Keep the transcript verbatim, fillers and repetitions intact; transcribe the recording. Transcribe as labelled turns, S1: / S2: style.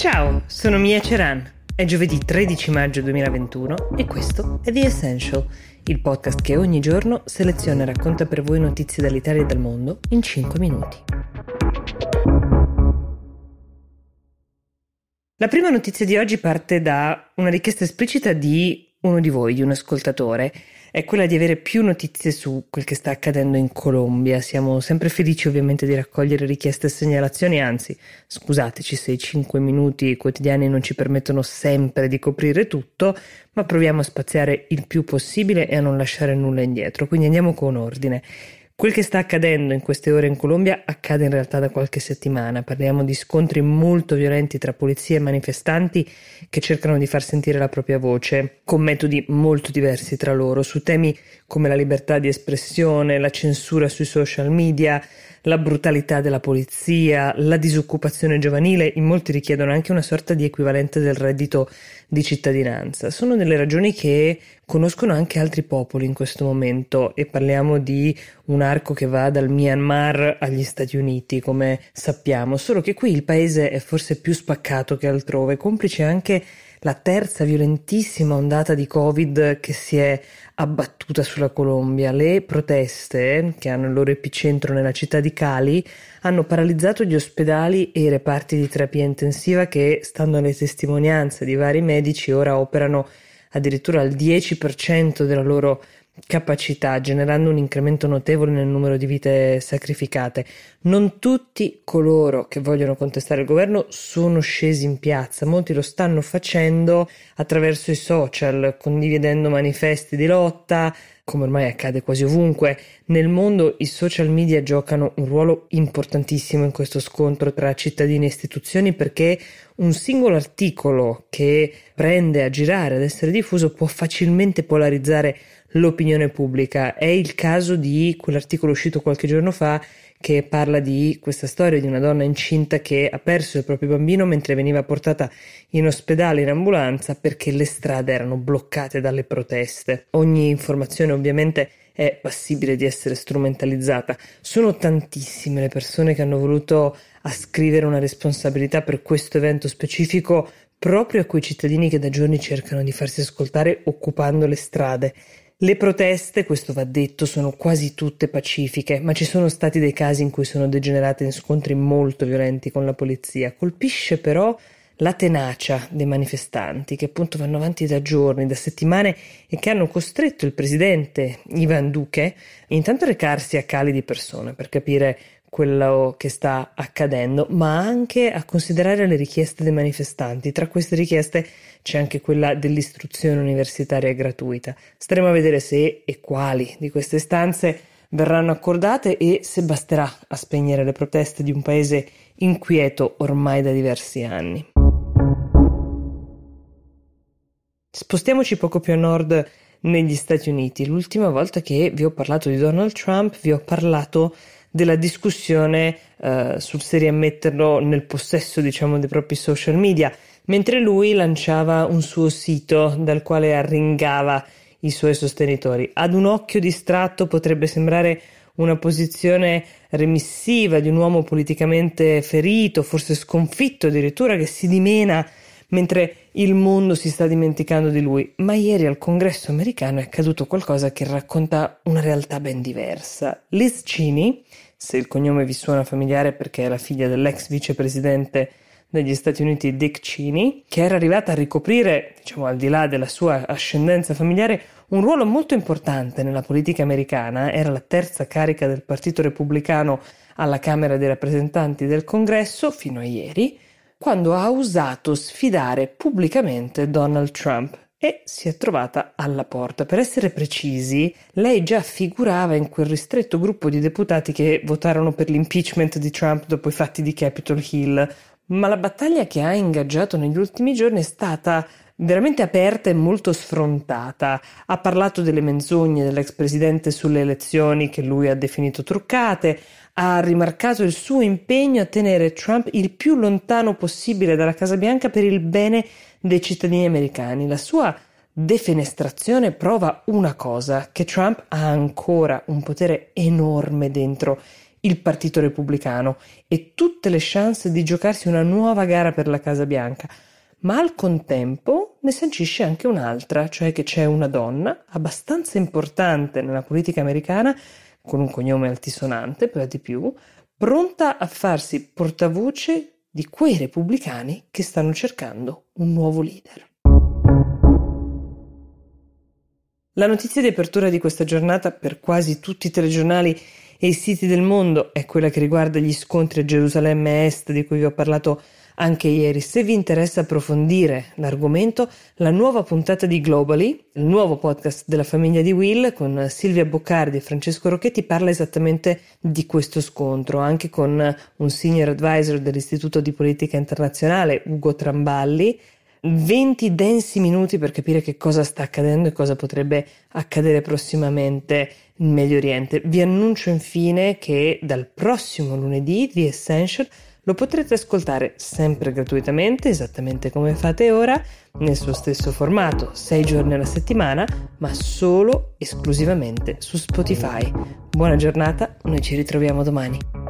S1: Ciao, sono Mia Ceran. È giovedì tredici maggio duemilaventuno e questo è The Essential, il podcast che ogni giorno seleziona e racconta per voi notizie dall'Italia e dal mondo in cinque minuti. La prima notizia di oggi parte da una richiesta esplicita di uno di voi, di un ascoltatore. È quella di avere più notizie su quel che sta accadendo in Colombia. Siamo sempre felici ovviamente di raccogliere richieste e segnalazioni, anzi, scusateci se i cinque minuti quotidiani non ci permettono sempre di coprire tutto, ma proviamo a spaziare il più possibile e a non lasciare nulla indietro, quindi andiamo con ordine. Quel che sta accadendo in queste ore in Colombia accade in realtà da qualche settimana. Parliamo di scontri molto violenti tra polizia e manifestanti che cercano di far sentire la propria voce, con metodi molto diversi tra loro, su temi come la libertà di espressione, la censura sui social media, la brutalità della polizia, la disoccupazione giovanile. In molti richiedono anche una sorta di equivalente del reddito di cittadinanza. Sono delle ragioni che conoscono anche altri popoli in questo momento, e parliamo di un arco che va dal Myanmar agli Stati Uniti, come sappiamo, solo che qui il paese è forse più spaccato che altrove, complice anche la terza violentissima ondata di Covid che si è abbattuta sulla Colombia. Le proteste, che hanno il loro epicentro nella città di Cali, hanno paralizzato gli ospedali e i reparti di terapia intensiva che, stando alle testimonianze di vari medici, ora operano addirittura al dieci per cento della loro capacità, generando un incremento notevole nel numero di vite sacrificate. Non tutti coloro che vogliono contestare il governo sono scesi in piazza, molti lo stanno facendo attraverso i social, condividendo manifesti di lotta. Come ormai accade quasi ovunque nel mondo, i social media giocano un ruolo importantissimo in questo scontro tra cittadini e istituzioni, perché un singolo articolo che prende a girare, ad essere diffuso, può facilmente polarizzare l'opinione pubblica. È il caso di quell'articolo uscito qualche giorno fa che parla di questa storia di una donna incinta che ha perso il proprio bambino mentre veniva portata in ospedale in ambulanza perché le strade erano bloccate dalle proteste. Ogni informazione ovviamente è passibile di essere strumentalizzata. Sono tantissime le persone che hanno voluto ascrivere una responsabilità per questo evento specifico proprio a quei cittadini che da giorni cercano di farsi ascoltare occupando le strade. Le proteste, questo va detto, sono quasi tutte pacifiche, ma ci sono stati dei casi in cui sono degenerate in scontri molto violenti con la polizia. Colpisce però la tenacia dei manifestanti, che appunto vanno avanti da giorni, da settimane, e che hanno costretto il presidente Iván Duque intanto a recarsi a Cali di persona per capire quello che sta accadendo, ma anche a considerare le richieste dei manifestanti. Tra queste richieste c'è anche quella dell'istruzione universitaria gratuita. Staremo a vedere se e quali di queste istanze verranno accordate e se basterà a spegnere le proteste di un paese inquieto ormai da diversi anni. Spostiamoci poco più a nord negli Stati Uniti. L'ultima volta che vi ho parlato di Donald Trump vi ho parlato della discussione uh, sul se riammetterlo nel possesso, diciamo, dei propri social media, mentre lui lanciava un suo sito dal quale arringava i suoi sostenitori. Ad un occhio distratto potrebbe sembrare una posizione remissiva di un uomo politicamente ferito, forse sconfitto addirittura, che si dimena mentre il mondo si sta dimenticando di lui. Ma ieri al Congresso americano è accaduto qualcosa che racconta una realtà ben diversa. Liz Cheney, se il cognome vi suona familiare perché è la figlia dell'ex vicepresidente degli Stati Uniti Dick Cheney, che era arrivata a ricoprire, diciamo al di là della sua ascendenza familiare, un ruolo molto importante nella politica americana. Era la terza carica del Partito Repubblicano alla Camera dei Rappresentanti del Congresso fino a ieri, quando ha osato sfidare pubblicamente Donald Trump e si è trovata alla porta. Per essere precisi, lei già figurava in quel ristretto gruppo di deputati che votarono per l'impeachment di Trump dopo i fatti di Capitol Hill, ma la battaglia che ha ingaggiato negli ultimi giorni è stata veramente aperta e molto sfrontata. Ha parlato delle menzogne dell'ex presidente sulle elezioni che lui ha definito truccate, ha rimarcato il suo impegno a tenere Trump il più lontano possibile dalla Casa Bianca per il bene dei cittadini americani. La sua defenestrazione prova una cosa: che Trump ha ancora un potere enorme dentro il Partito Repubblicano e tutte le chance di giocarsi una nuova gara per la Casa Bianca, ma al contempo ne sancisce anche un'altra, cioè che c'è una donna abbastanza importante nella politica americana, con un cognome altisonante per di più, pronta a farsi portavoce di quei repubblicani che stanno cercando un nuovo leader. La notizia di apertura di questa giornata per quasi tutti i telegiornali e i siti del mondo è quella che riguarda gli scontri a Gerusalemme Est di cui vi ho parlato anche ieri. Se vi interessa approfondire l'argomento, la nuova puntata di Globally, il nuovo podcast della famiglia di Will con Silvia Boccardi e Francesco Rocchetti, parla esattamente di questo scontro, anche con un senior advisor dell'Istituto di Politica Internazionale, Ugo Tramballi. venti densi minuti per capire che cosa sta accadendo e cosa potrebbe accadere prossimamente in Medio Oriente. Vi annuncio infine che dal prossimo lunedì The Essential lo potrete ascoltare sempre gratuitamente, esattamente come fate ora, nel suo stesso formato, sei giorni alla settimana, ma solo esclusivamente su Spotify. Buona giornata, noi ci ritroviamo domani.